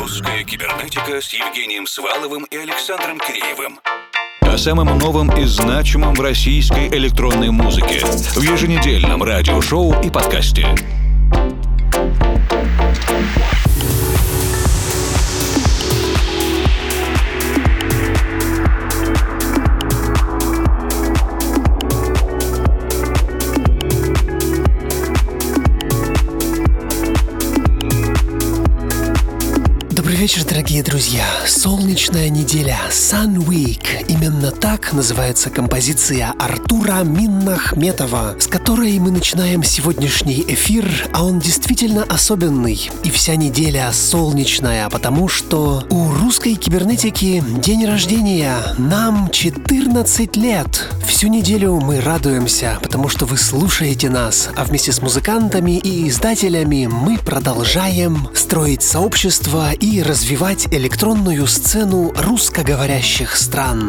«Русская кибернетика» с Евгением Сваловым и Александром Киреевым. О самом новом и значимом в российской электронной музыке в еженедельном радиошоу и подкасте. Добрый вечер, дорогие друзья. Солнечная неделя, Sun Week. Именно так называется композиция Артура Миннахметова, с которой мы начинаем сегодняшний эфир, а он действительно особенный. И вся неделя солнечная, потому что у русской кибернетики день рождения. Нам 14 лет. Всю неделю мы радуемся, потому что вы слушаете нас, а вместе с музыкантами и издателями мы продолжаем строить сообщество и развивать электронную сцену русскоговорящих стран.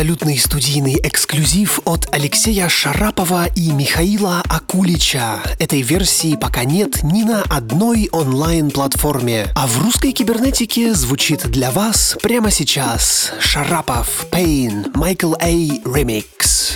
абсолютный студийный эксклюзив от Алексея Шарапова и Михаила Акулича. Этой версии пока нет ни на одной онлайн-платформе. А в русской кибернетике звучит для вас прямо сейчас Шарапов, Pain, Michael A. Remix.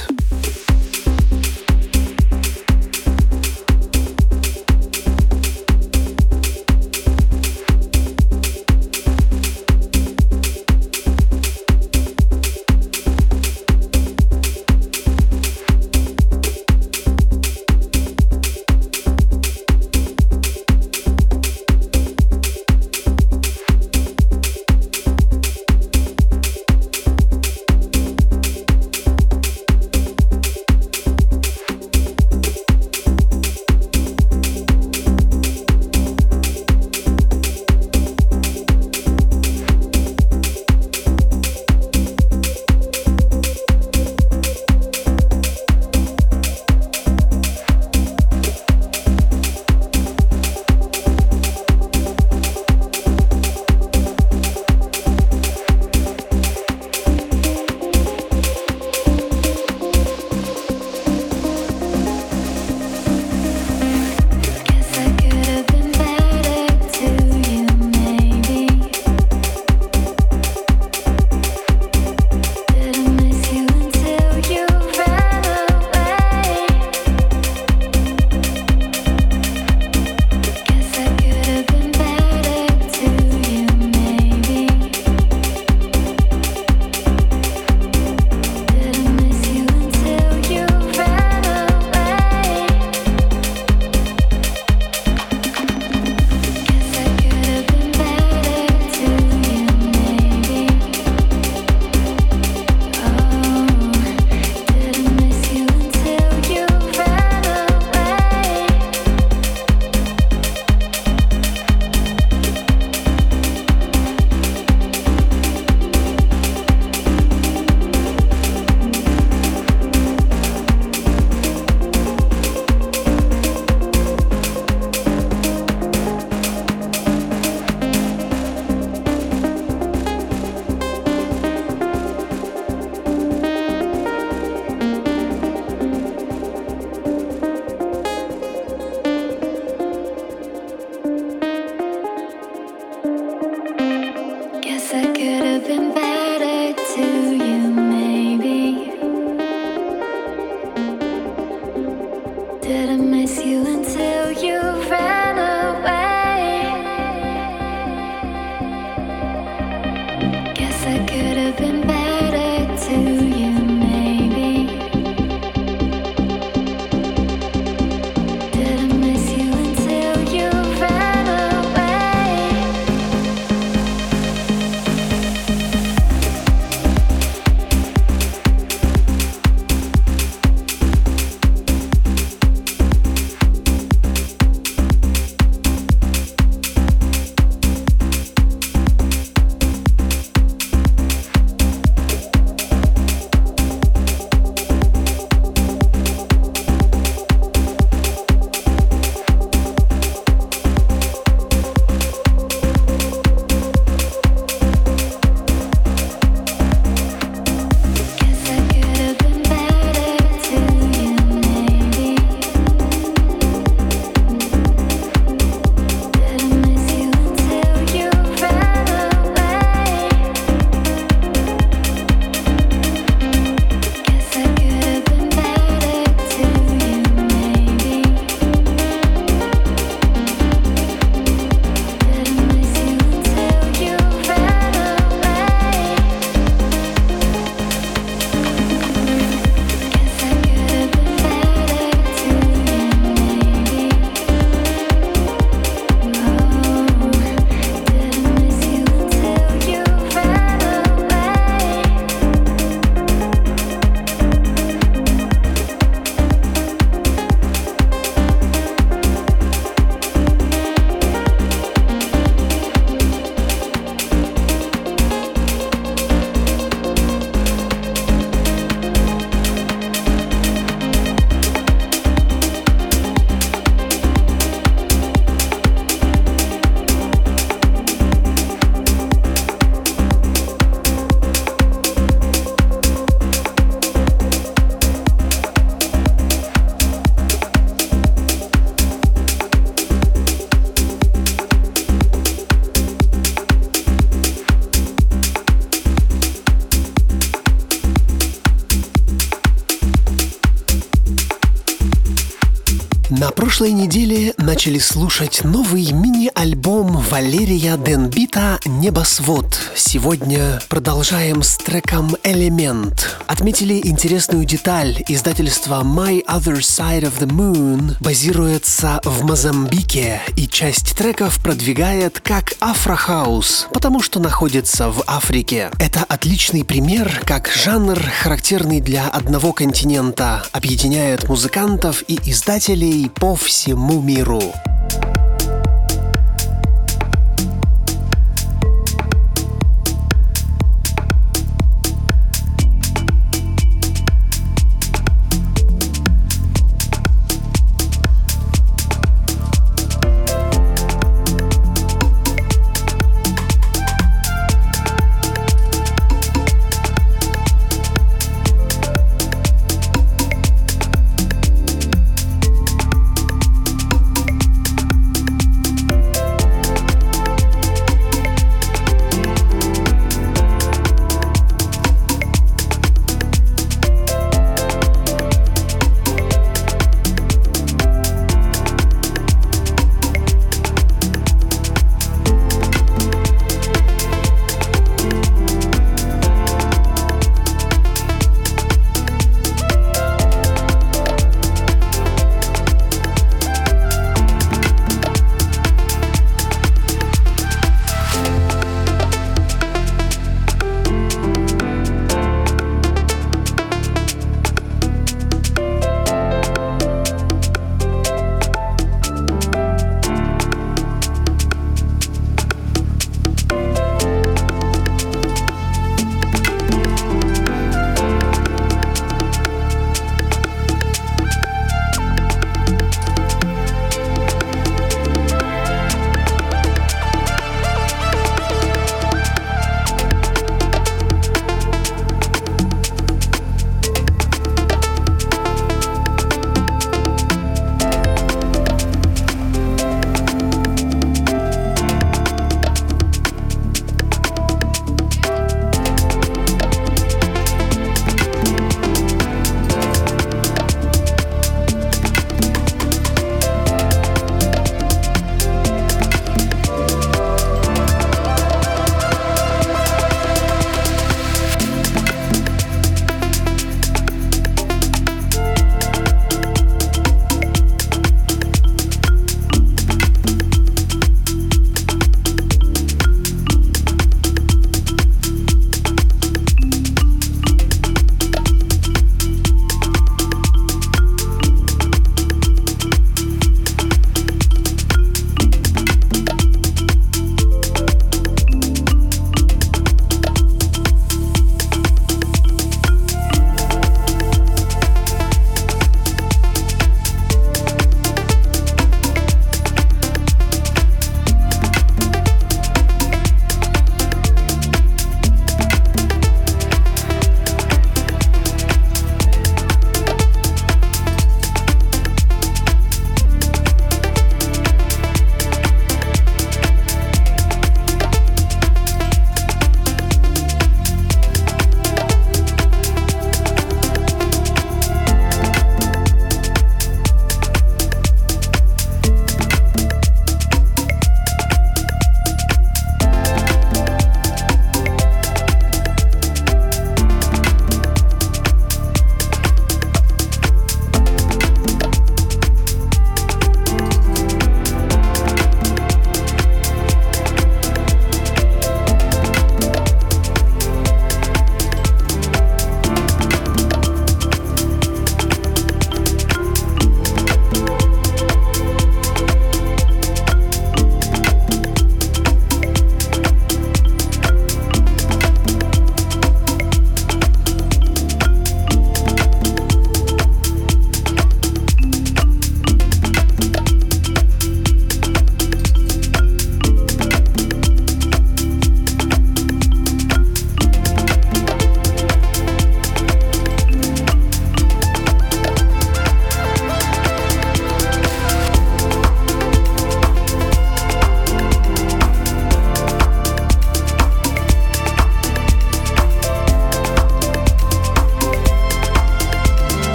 На прошлой неделе начали слушать новый мини-альбом Валерия Денбита «Небосвод». Сегодня продолжаем с треком «Элемент». Отметили интересную деталь. Издательство My Other Side of the Moon базируется в Мозамбике, и часть треков продвигает как афрохаус, потому что находится в Африке. Это отличный пример, как жанр, характерный для одного континента, объединяет музыкантов и издателей по всему миру.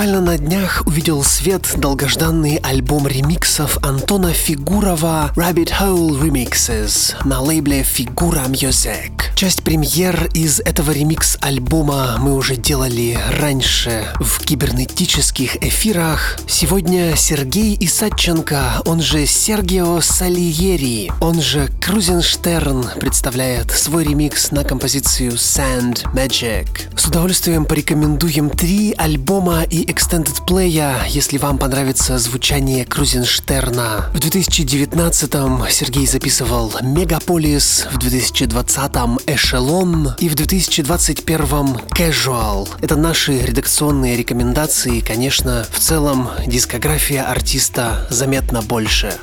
Буквально на днях увидел свет долгожданный альбом ремиксов Антона Фигурова Rabbit Hole Remixes на лейбле Figura Music. Часть премьер из этого ремикс-альбома мы уже делали раньше в кибернетических эфирах. Сегодня Сергей Исадченко, он же Сергио Сальери, он же Крузенштерн, представляет свой ремикс на композицию Sand Magic. С удовольствием порекомендуем 3 альбома и Extended Play, если вам понравится звучание Крузенштерна. В 2019-м Сергей записывал Мегаполис, в 2020-м Эшелон и в 2021-м Casual. Это наши редакционные рекомендации, и, конечно, в целом дискография артиста заметно больше.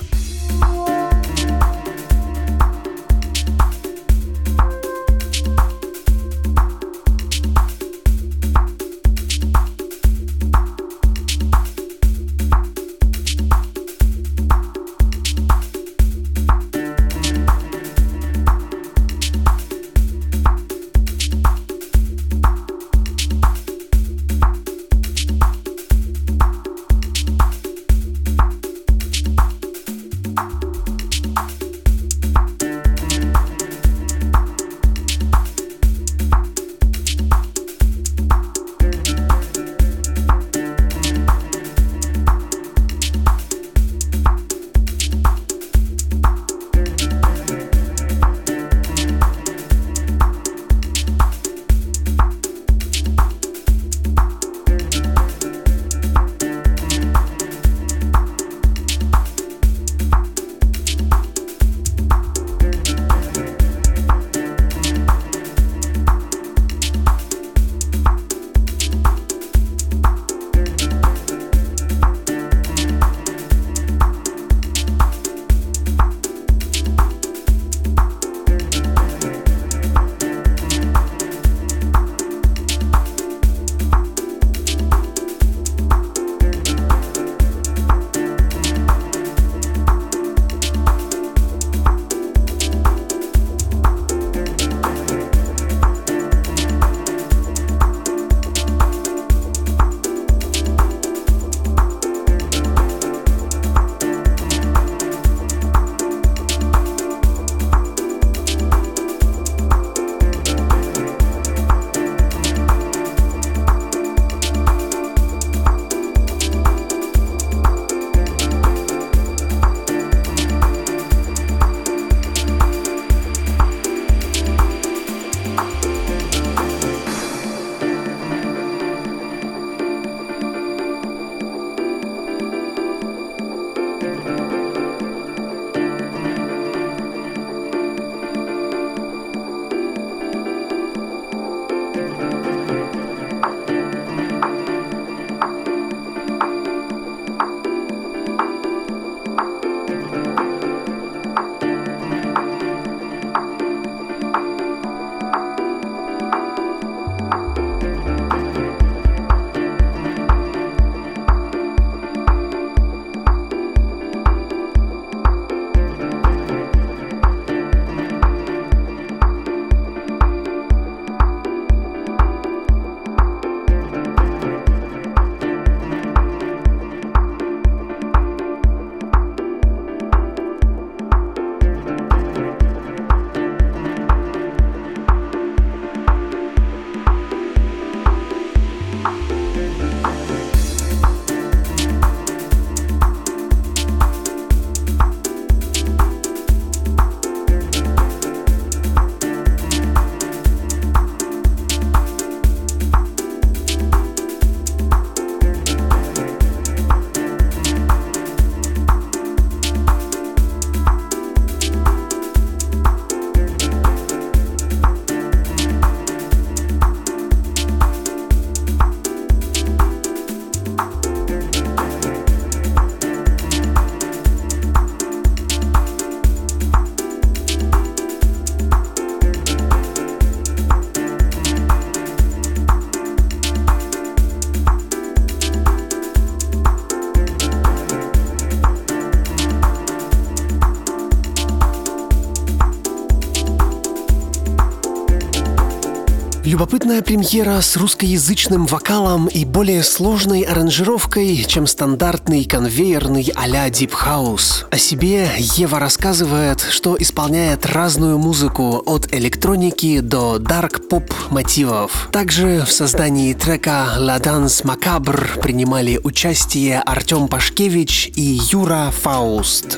Любопытная премьера с русскоязычным вокалом и более сложной аранжировкой, чем стандартный конвейерный а-ля Deep House. О себе Ева рассказывает, что исполняет разную музыку от электроники до дарк-поп мотивов. Также в создании трека «La Danse Macabre» принимали участие Артем Пашкевич и Юра Фауст.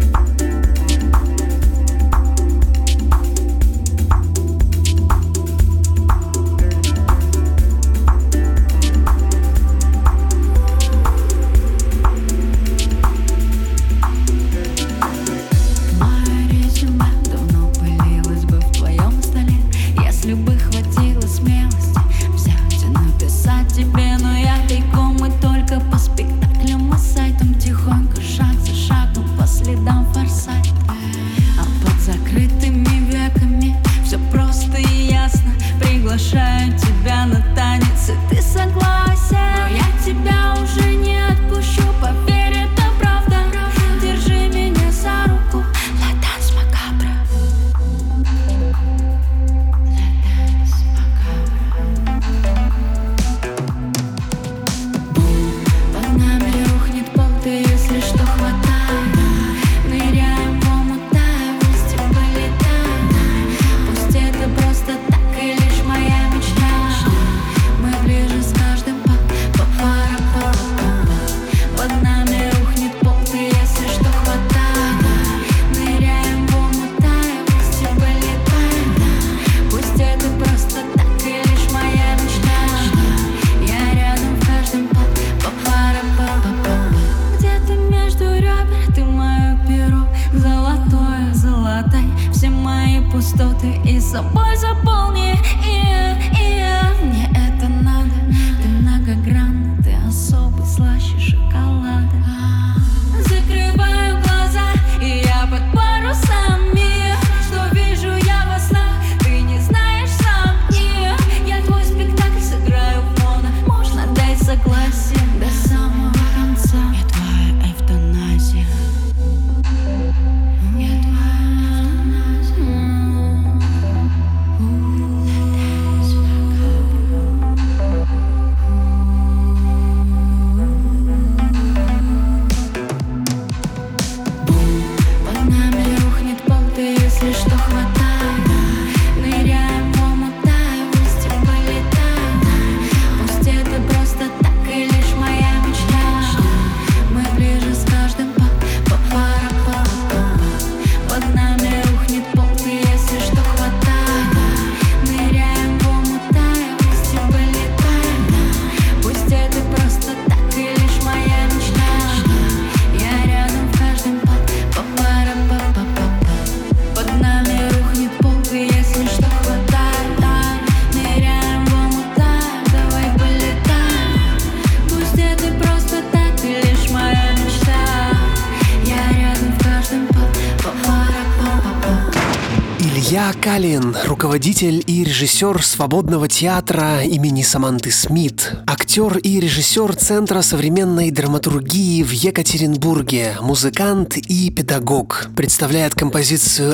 Калин, руководитель и режиссер свободного театра имени Саманты Смит, актер и режиссер Центра современной драматургии в Екатеринбурге, музыкант и педагог, представляет композицию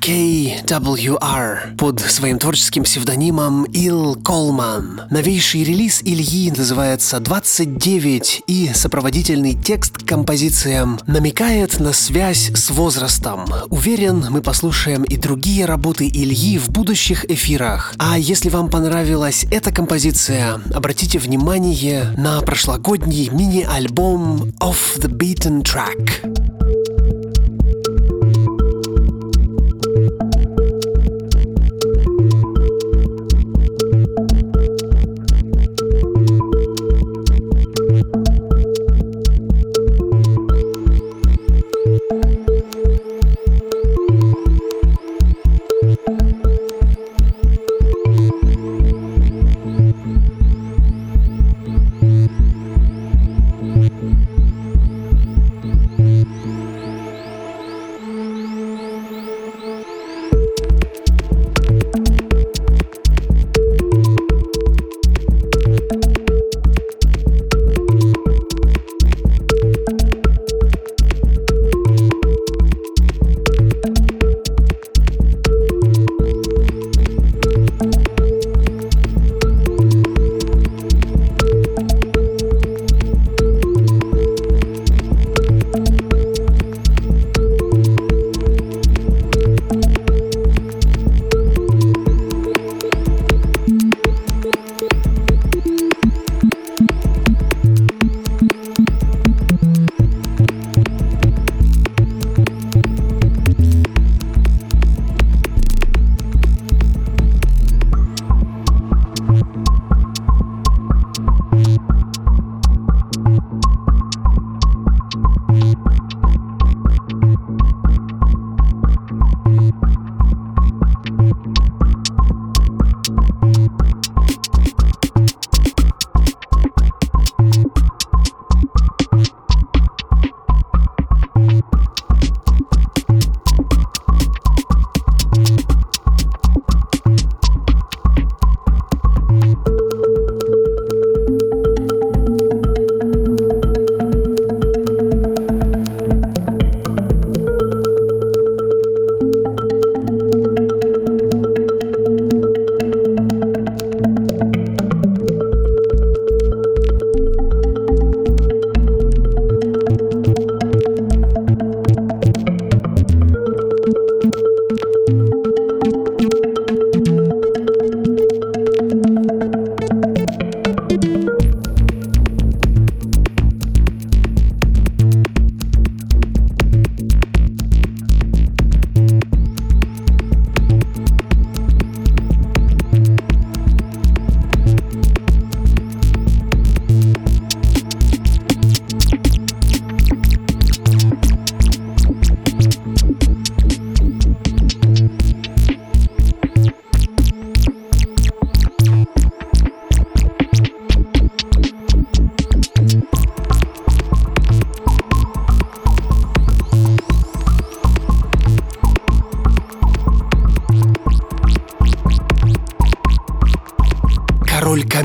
FKWR под своим творческим псевдонимом Ил Колман. Новейший релиз Ильи называется «29», и сопроводительный текст к композициям намекает на связь с возрастом. Уверен, мы послушаем и другие работы Ильи в будущих эфирах. А если вам понравилась эта композиция, обратите внимание на прошлогодний мини-альбом Off the Beaten Track.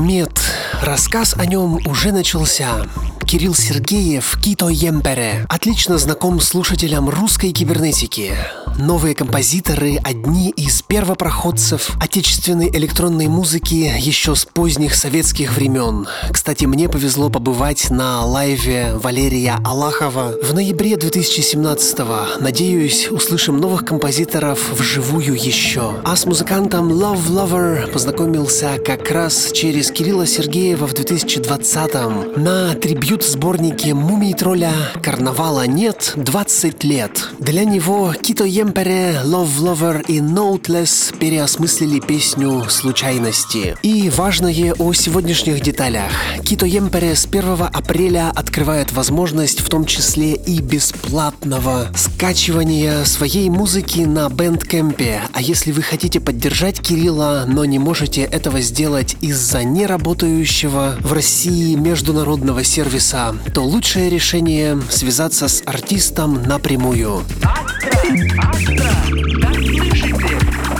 Комет. Рассказ о нем уже начался. Кирилл Сергеев, Кито Емпере, отлично знаком слушателям русской кибернетики. Новые композиторы – одни из первопроходцев отечественной электронной музыки еще с поздних советских времен. Кстати, мне повезло побывать на лайве Валерия Алахова в ноябре 2017-го. Надеюсь, услышим новых композиторов вживую еще. А с музыкантом Love Lover познакомился как раз через Кирилла Сергеева в 2020-м на трибьют-сборнике «Мумий тролля» «Карнавала нет 20 лет». Для него Кито Емпере, Love Lover и Noteless переосмыслили песню «Случайности». И важное о сегодняшних деталях. Кито Емпере с 1 апреля открывает возможность в том числе и бесплатного скачивания своей музыки на Bandcamp'е. А если вы хотите поддержать Кирилла, но не можете этого сделать из-за неработающего в России международного сервиса, то лучшее решение — связаться с артистом напрямую. Астра, как слышите?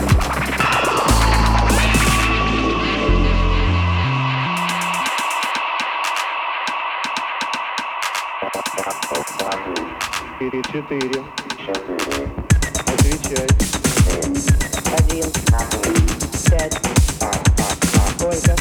Четыре. Отвечай. 1, 5. Сколько?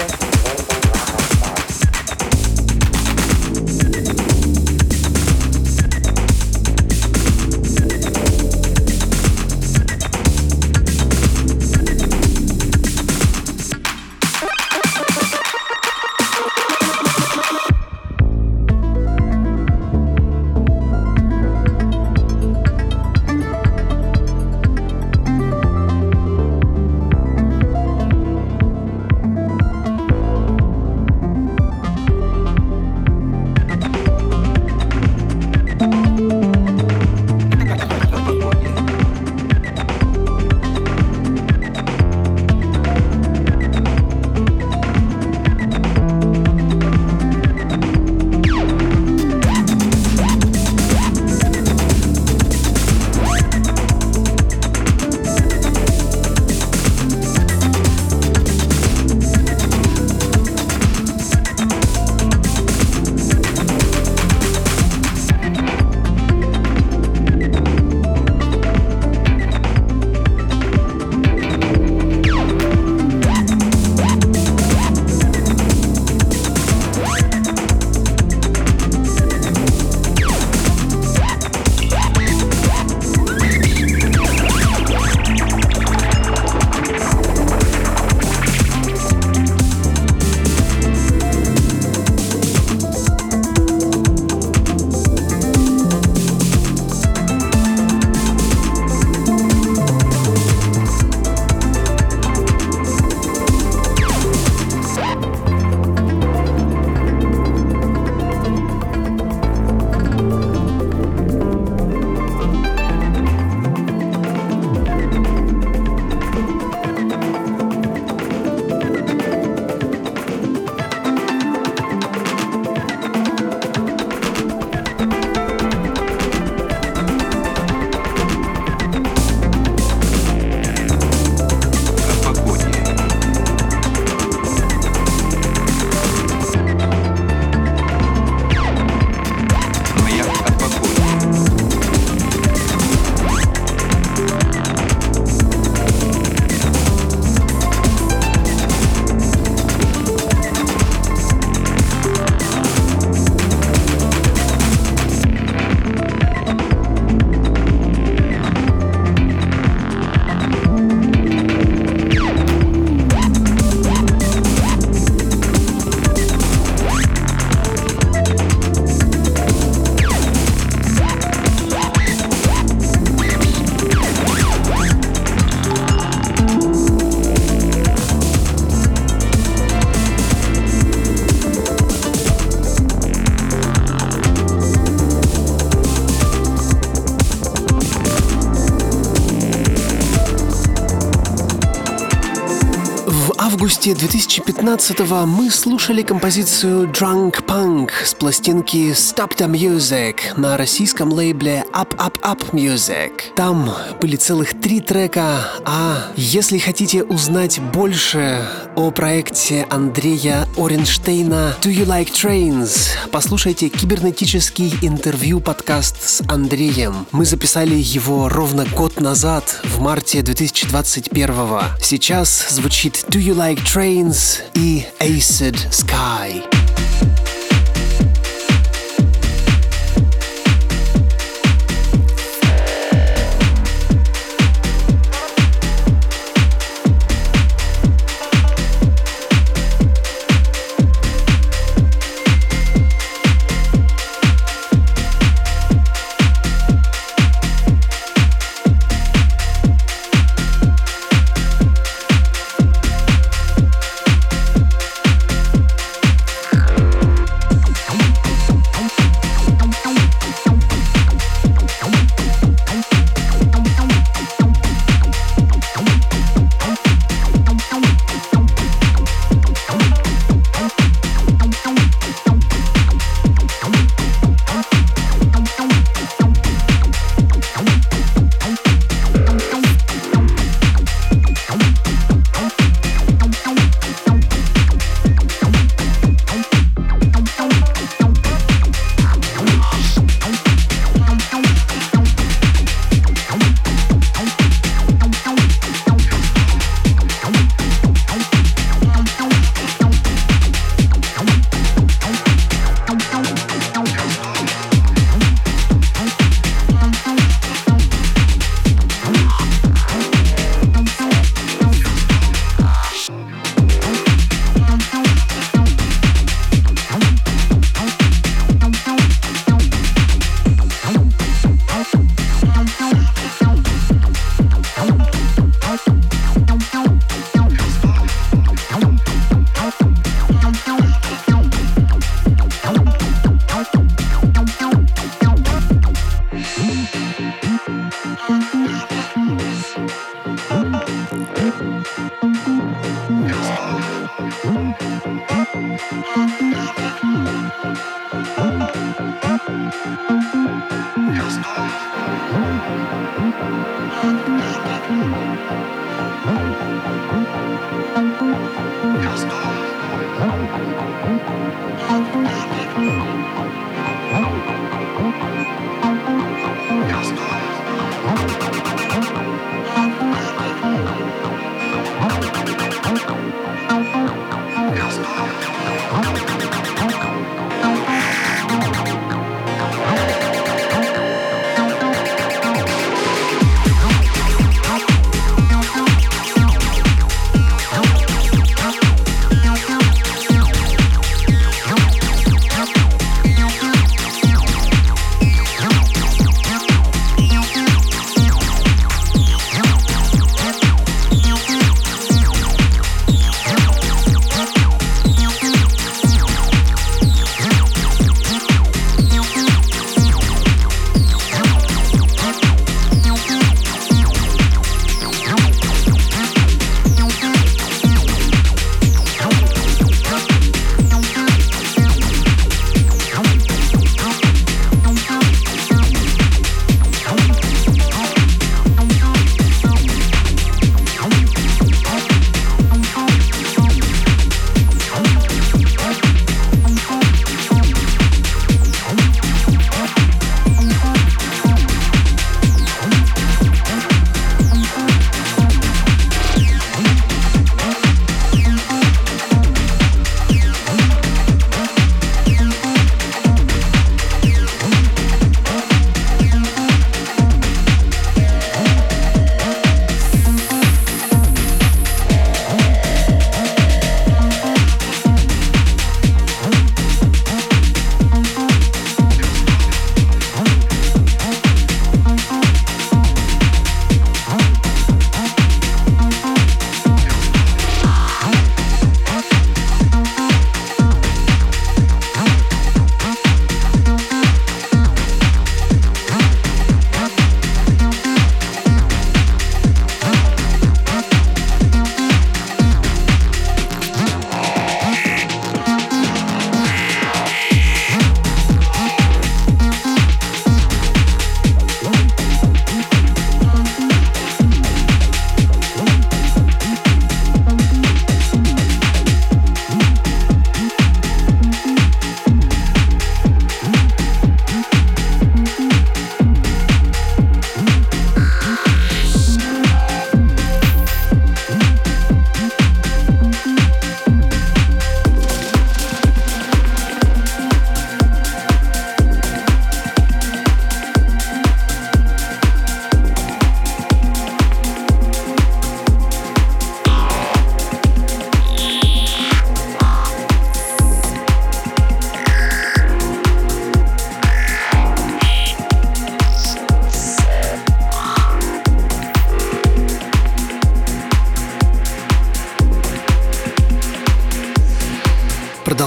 августе 2015-го мы слушали композицию Drunk Punk с пластинки Stop the Music на российском лейбле Up Up Up Music. Там были целых 3 трека, а если хотите узнать больше о проекте Андрея Оренштейна Do You Like Trains, послушайте кибернетический интервью-подкаст с Андреем. Мы записали его ровно год назад, в марте 2021-го. Сейчас звучит Do You Like Trains и Acid Sky.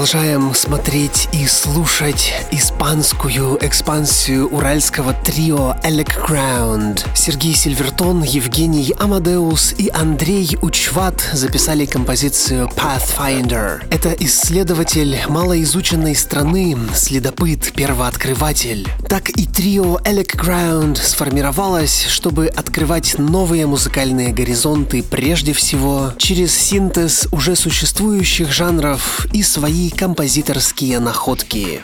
продолжаем смотреть и слушать испанскую экспансию уральского трио Elecground. Сергей Сильвертон, Евгений Амадеус и Андрей Учват записали композицию Pathfinder. Это исследователь малоизученной страны, следопыт, первооткрыватель. Так и трио Elecground сформировалось, чтобы открывать новые музыкальные горизонты прежде всего через синтез уже существующих жанров и свои композиторские находки.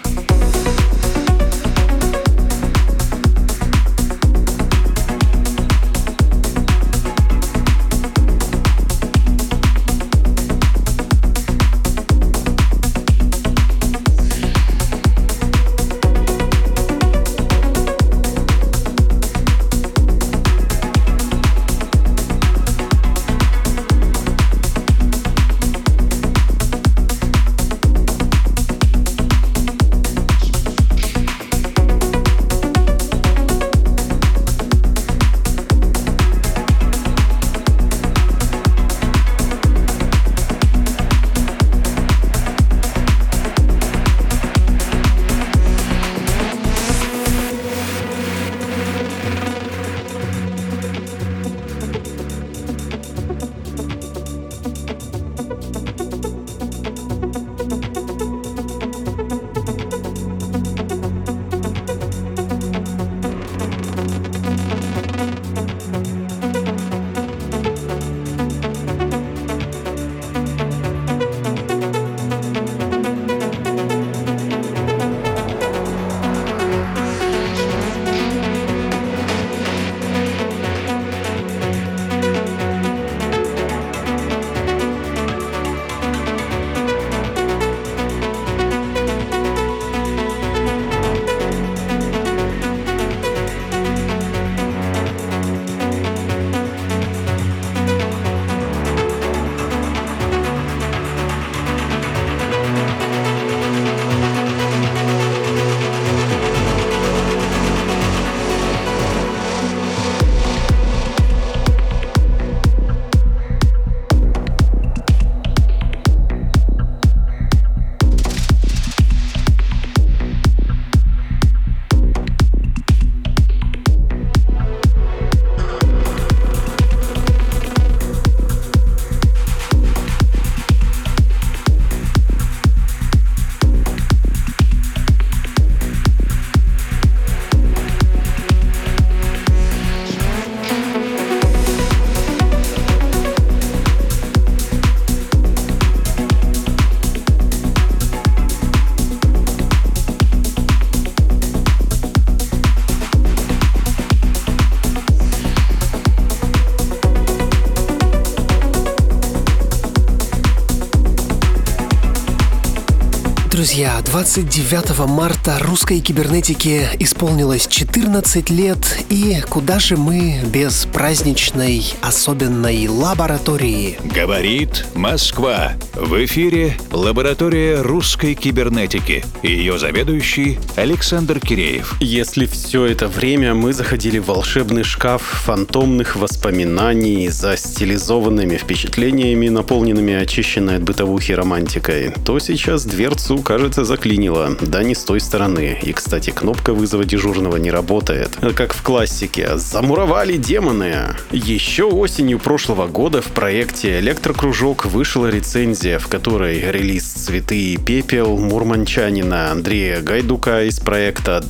Друзья, 29 марта русской кибернетике исполнилось 14 лет, и куда же мы без праздничной особенной лаборатории? Говорит Москва. В эфире лаборатория русской кибернетики. Ее заведующий Александр Киреев. Если все это время мы заходили в волшебный шкаф фантомных воспоминаний за стилизованными впечатлениями, наполненными очищенной от бытовухи романтикой, то сейчас дверцу, кажется, заклинило. Да не с той стороны. И, кстати, кнопка вызова дежурного не работает. Как в классике. Замуровали демоны! Еще осенью прошлого года в проекте «Электрокружок» вышла рецензия, в которой релиз «Цветы и пепел» мурманчанина Андрея Гайдука из проекта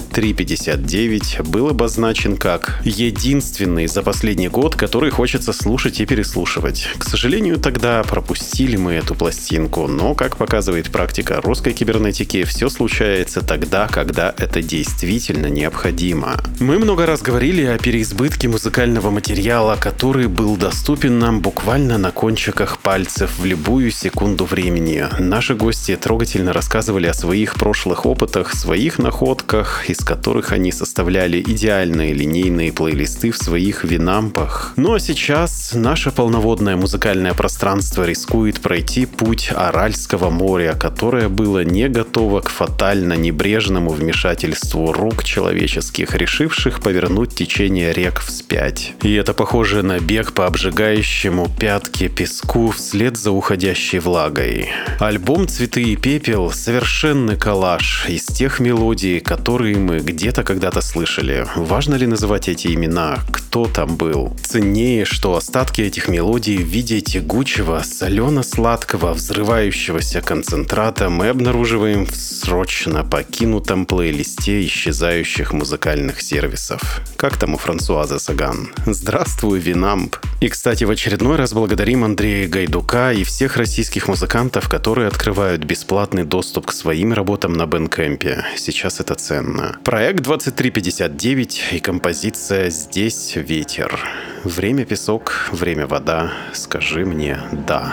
2359 был обозначен как единственный за последний год, который хочется слушать и переслушивать. К сожалению, тогда пропустили мы эту пластинку, но, как показывает практика русской кибернетики, все случается тогда, когда это действительно необходимо. Мы много раз говорили о переизбытке музыкального материала, который был доступен нам буквально на кончиках пальцев в любую секунду времени. Наши гости трогательно рассказывали о своих прошлых опытах, своих находках, из которых они составляли идеальные линейные плейлисты в своих винампах. Ну а сейчас наше полноводное музыкальное пространство рискует пройти путь Аральского моря, которое было не готово к фатально небрежному вмешательству рук человеческих, решивших повернуть течение рек вспять. И это похоже на бег по обжигающему пятки песку вслед за уходящей влагой. Альбом «Цветы и пепел» — совершенный коллаж из тех мелодий, которые мы где-то когда-то слышали. Важно ли называть эти имена? Кто там был? Ценнее, что остатки этих мелодий в виде тягучего, солено-сладкого, взрывающегося концентрата мы обнаруживаем в срочно покинутом плейлисте исчезающих музыкальных сервисов. Как там у Франсуазы Саган? Здравствуй, Винамп! И, кстати, в очередной раз благодарим Андрея Гайдука и всех российских музыкантов, которые открывают бесплатный доступ к своим работам на Bandcamp'е. Сейчас это ценно. Проект 2359 и композиция «Здесь ветер». Время песок, время вода. Скажи мне «да».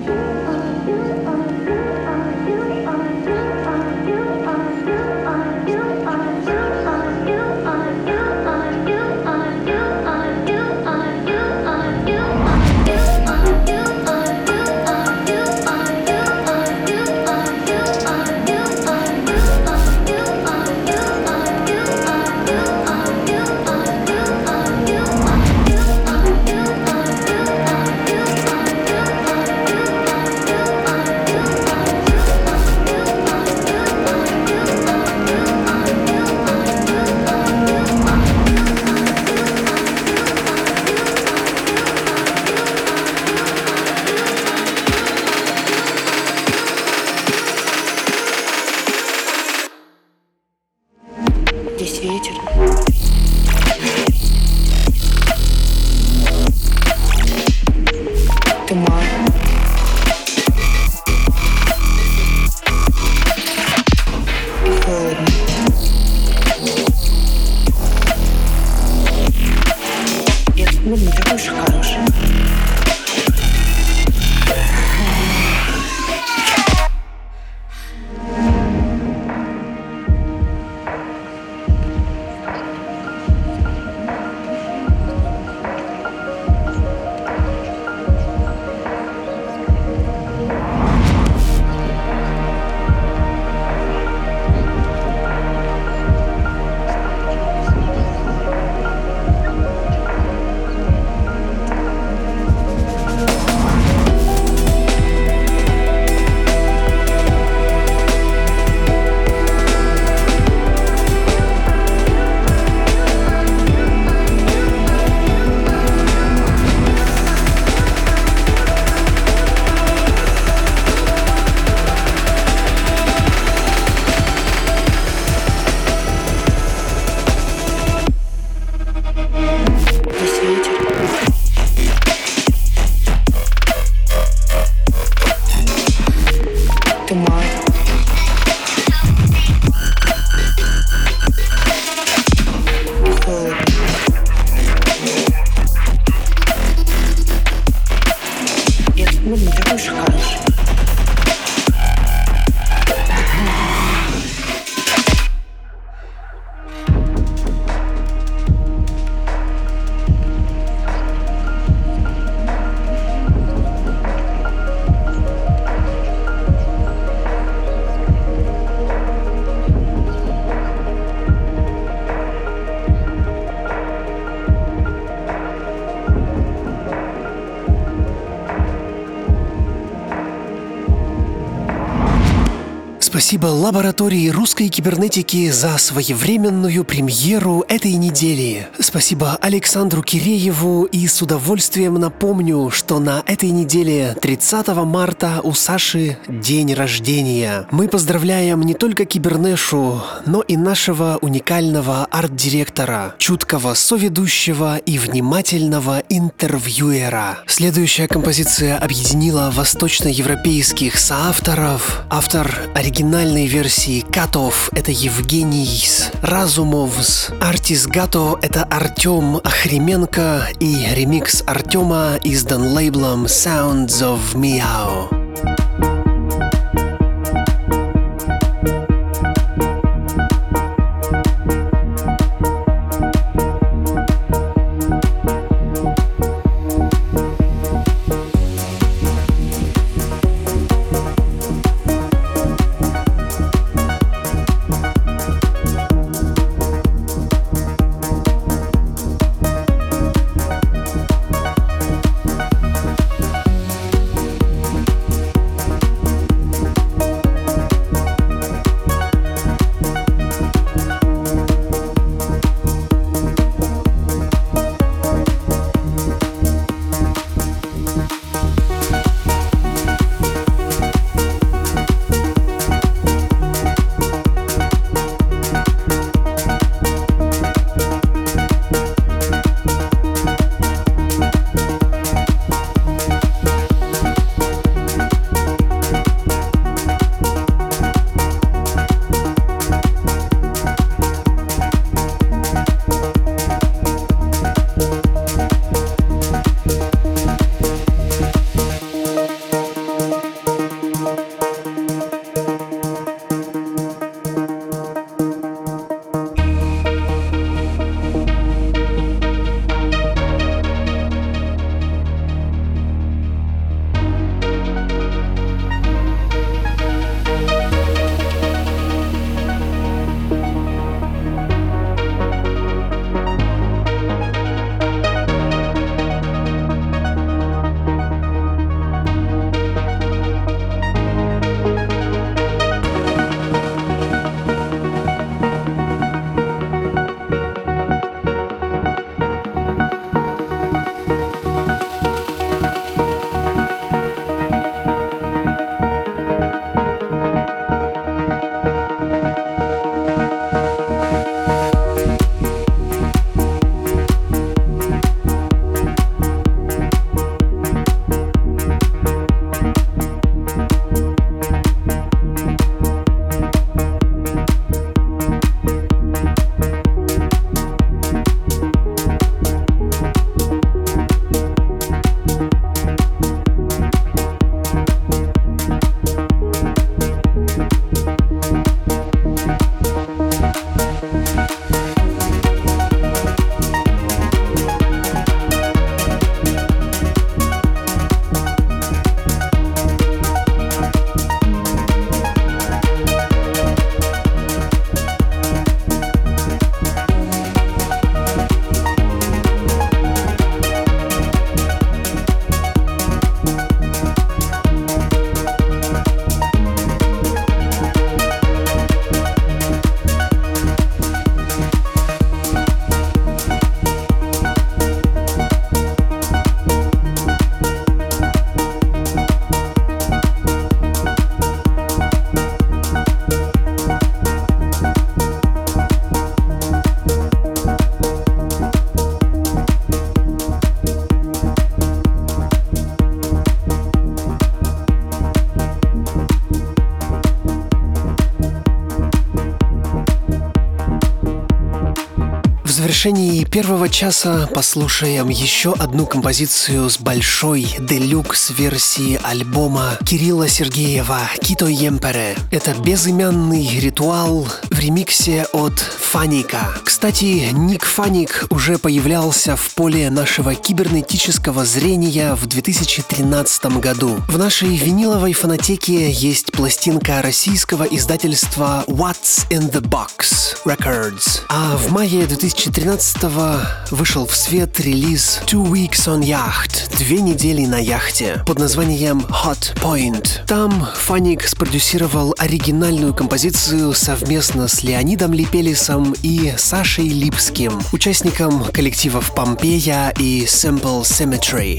Здесь ветер. Туман. Холодно. Этот мир не такой уж хороший. Спасибо лаборатории русской кибернетики за своевременную премьеру этой недели. Спасибо Александру Кирееву, и с удовольствием напомню, что на этой неделе, 30 марта, у Саши день рождения. Мы поздравляем не только Кибернешу, но и нашего уникального арт-директора, чуткого соведущего и внимательного интервьюера. Следующая композиция объединила восточноевропейских соавторов. Автор оригинальной версии Катов — это Евгений Разумовс. Артист Гато — это Артем Охременко, и ремикс Артема издан лейблом Sounds of Meow. завершении первого часа послушаем еще одну композицию с большой делюкс-версии альбома Кирилла Сергеева «Кито Емпере». Это безымянный ритуал в ремиксе от Фаника. Кстати, ник Фаник уже появлялся в поле нашего кибернетического зрения в 2013 году. В нашей виниловой фонотеке есть пластинка российского издательства What's in the Box Records. А в мае 2013-го вышел в свет релиз 2 Weeks on Yacht, 2 недели на яхте, под названием Hot Point. Там Фаник спродюсировал оригинальную композицию совместно с Леонидом Липелисом и Сашей Липским, участником коллективов Помпея и Simple Symmetry.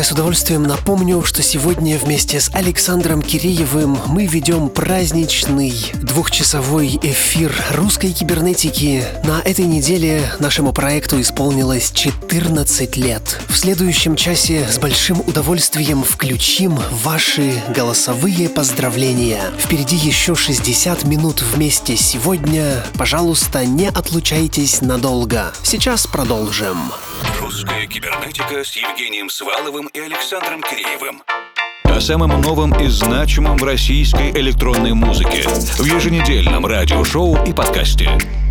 друзья, с удовольствием напомню, что сегодня вместе с Александром Киреевым мы ведем праздничный двухчасовой эфир русской кибернетики. На этой неделе нашему проекту исполнилось 14 лет. В следующем часе с большим удовольствием включим ваши голосовые поздравления. Впереди еще 60 минут вместе сегодня. Пожалуйста, не отлучайтесь надолго. Сейчас продолжим. Русская кибернетика с Евгением Сваловым и Александром Киреевым. О самом новом и значимом в российской электронной музыке в еженедельном радиошоу и подкасте.